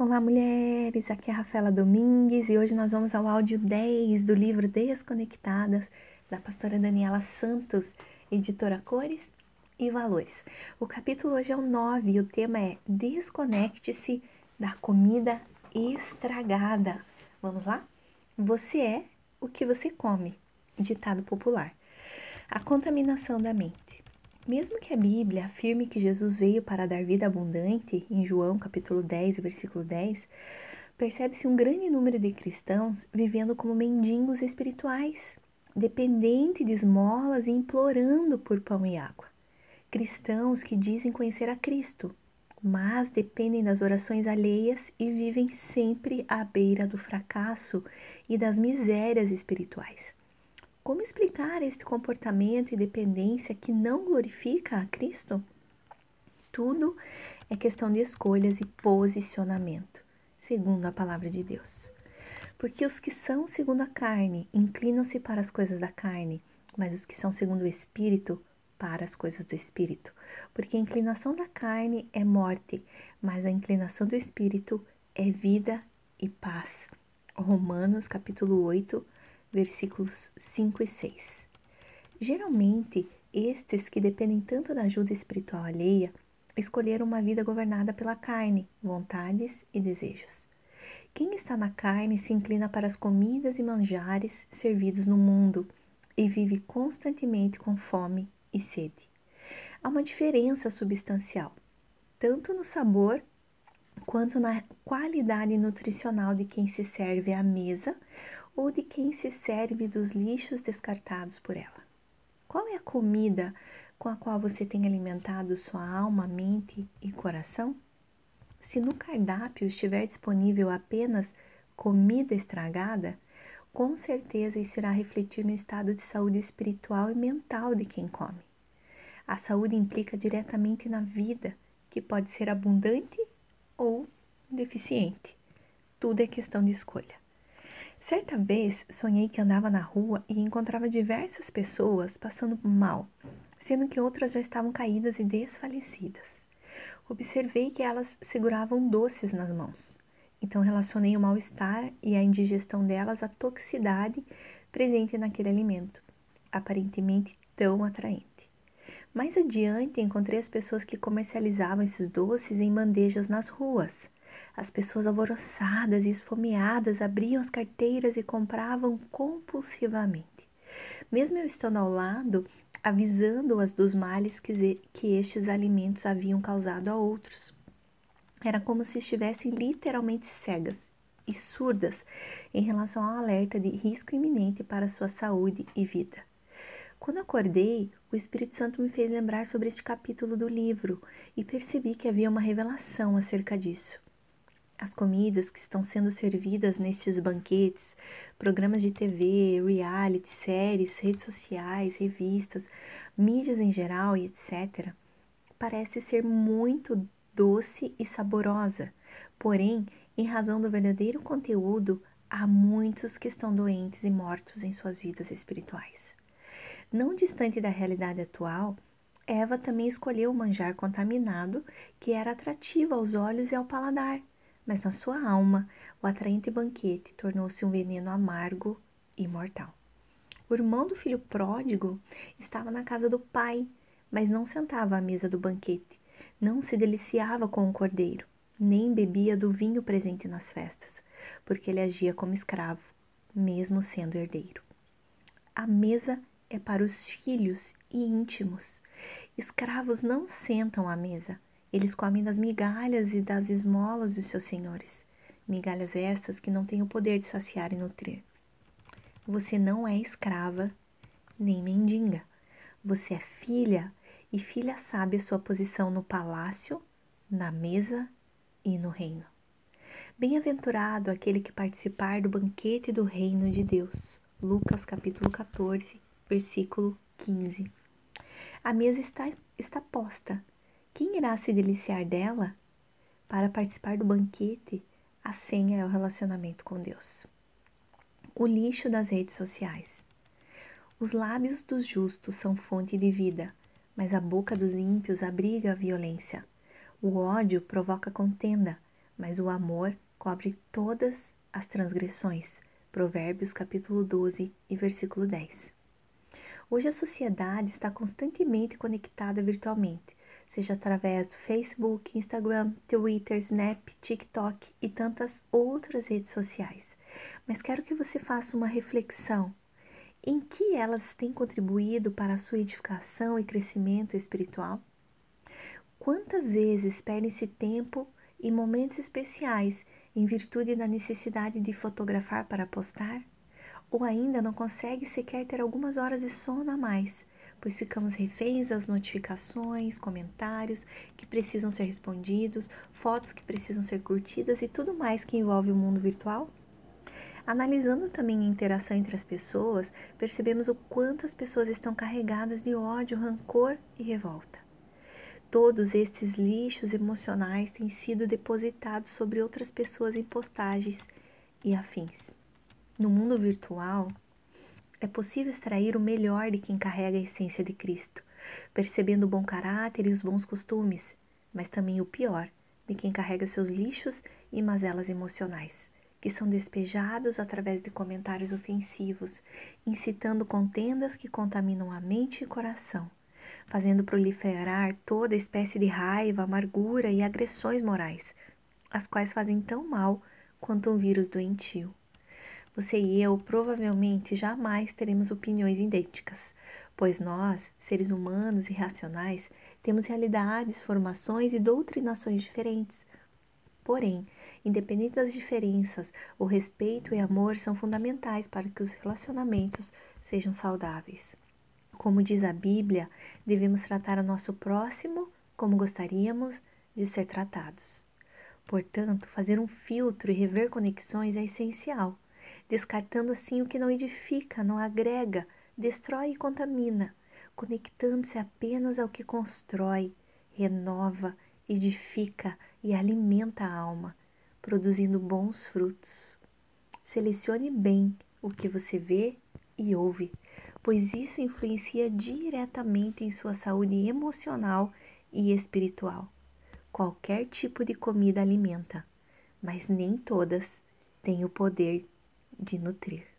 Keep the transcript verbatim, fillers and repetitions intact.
Olá, mulheres! Aqui é a Rafaela Domingues e hoje nós vamos ao áudio dez do livro Desconectadas, da pastora Daniela Santos, editora Cores e Valores. O capítulo hoje é o nove e o tema é Desconecte-se da comida estragada. Vamos lá? Você é o que você come. Ditado popular. A contaminação da mente. Mesmo que a Bíblia afirme que Jesus veio para dar vida abundante, em João capítulo dez, versículo dez, percebe-se um grande número de cristãos vivendo como mendigos espirituais, dependentes de esmolas e implorando por pão e água. Cristãos que dizem conhecer a Cristo, mas dependem das orações alheias e vivem sempre à beira do fracasso e das misérias espirituais. Como explicar este comportamento e dependência que não glorifica a Cristo? Tudo é questão de escolhas e posicionamento, segundo a palavra de Deus. Porque os que são segundo a carne inclinam-se para as coisas da carne, mas os que são segundo o Espírito, para as coisas do Espírito. Porque a inclinação da carne é morte, mas a inclinação do Espírito é vida e paz. Romanos capítulo oito, versículos cinco e seis. Geralmente, estes que dependem tanto da ajuda espiritual alheia, escolheram uma vida governada pela carne, vontades e desejos. Quem está na carne se inclina para as comidas e manjares servidos no mundo e vive constantemente com fome e sede. Há uma diferença substancial, tanto no sabor quanto na qualidade nutricional de quem se serve à mesa ou de quem se serve dos lixos descartados por ela. Qual é a comida com a qual você tem alimentado sua alma, mente e coração? Se no cardápio estiver disponível apenas comida estragada, com certeza isso irá refletir no estado de saúde espiritual e mental de quem come. A saúde implica diretamente na vida, que pode ser abundante ou deficiente. Tudo é questão de escolha. Certa vez, sonhei que andava na rua e encontrava diversas pessoas passando mal, sendo que outras já estavam caídas e desfalecidas. Observei que elas seguravam doces nas mãos. Então relacionei o mal-estar e a indigestão delas à toxicidade presente naquele alimento, aparentemente tão atraente. Mais adiante, encontrei as pessoas que comercializavam esses doces em bandejas nas ruas. As pessoas alvoroçadas e esfomeadas abriam as carteiras e compravam compulsivamente. Mesmo eu estando ao lado, avisando-as dos males que, que estes alimentos haviam causado a outros. Era como se estivessem literalmente cegas e surdas em relação ao alerta de risco iminente para sua saúde e vida. Quando acordei, o Espírito Santo me fez lembrar sobre este capítulo do livro e percebi que havia uma revelação acerca disso. As comidas que estão sendo servidas nestes banquetes, programas de T V, reality, séries, redes sociais, revistas, mídias em geral e etcétera, parece ser muito doce e saborosa. Porém, em razão do verdadeiro conteúdo, há muitos que estão doentes e mortos em suas vidas espirituais. Não distante da realidade atual, Eva também escolheu o manjar contaminado que era atrativo aos olhos e ao paladar. Mas na sua alma, o atraente banquete tornou-se um veneno amargo e mortal. O irmão do filho pródigo estava na casa do pai, mas não sentava à mesa do banquete, não se deliciava com o cordeiro, nem bebia do vinho presente nas festas, porque ele agia como escravo, mesmo sendo herdeiro. A mesa é para os filhos e íntimos. Escravos não sentam à mesa. Eles comem das migalhas e das esmolas dos seus senhores, migalhas estas que não têm o poder de saciar e nutrir. Você não é escrava nem mendiga. Você é filha, e filha sabe a sua posição no palácio, na mesa e no reino. Bem-aventurado aquele que participar do banquete do reino de Deus. Lucas capítulo catorze, versículo quinze. A mesa está, está posta. Quem irá se deliciar dela? Para participar do banquete, a senha é o relacionamento com Deus. O lixo das redes sociais. Os lábios dos justos são fonte de vida, mas a boca dos ímpios abriga a violência. O ódio provoca contenda, mas o amor cobre todas as transgressões. Provérbios capítulo doze e versículo dez. Hoje a sociedade está constantemente conectada virtualmente, seja através do Facebook, Instagram, Twitter, Snap, TikTok e tantas outras redes sociais. Mas quero que você faça uma reflexão. Em que elas têm contribuído para a sua edificação e crescimento espiritual? Quantas vezes perde-se tempo e momentos especiais em virtude da necessidade de fotografar para postar? Ou ainda não consegue sequer ter algumas horas de sono a mais, pois ficamos reféns das notificações, comentários que precisam ser respondidos, fotos que precisam ser curtidas e tudo mais que envolve o mundo virtual? Analisando também a interação entre as pessoas, percebemos o quanto as pessoas estão carregadas de ódio, rancor e revolta. Todos estes lixos emocionais têm sido depositados sobre outras pessoas em postagens e afins. No mundo virtual, é possível extrair o melhor de quem carrega a essência de Cristo, percebendo o bom caráter e os bons costumes, mas também o pior de quem carrega seus lixos e mazelas emocionais, que são despejados através de comentários ofensivos, incitando contendas que contaminam a mente e coração, fazendo proliferar toda espécie de raiva, amargura e agressões morais, as quais fazem tão mal quanto um vírus doentio. Você e eu provavelmente jamais teremos opiniões idênticas, pois nós, seres humanos e racionais, temos realidades, formações e doutrinações diferentes. Porém, independente das diferenças, o respeito e amor são fundamentais para que os relacionamentos sejam saudáveis. Como diz a Bíblia, devemos tratar o nosso próximo como gostaríamos de ser tratados. Portanto, fazer um filtro e rever conexões é essencial, descartando assim o que não edifica, não agrega, destrói e contamina, conectando-se apenas ao que constrói, renova, edifica e alimenta a alma, produzindo bons frutos. Selecione bem o que você vê e ouve, pois isso influencia diretamente em sua saúde emocional e espiritual. Qualquer tipo de comida alimenta, mas nem todas têm o poder de nutrir.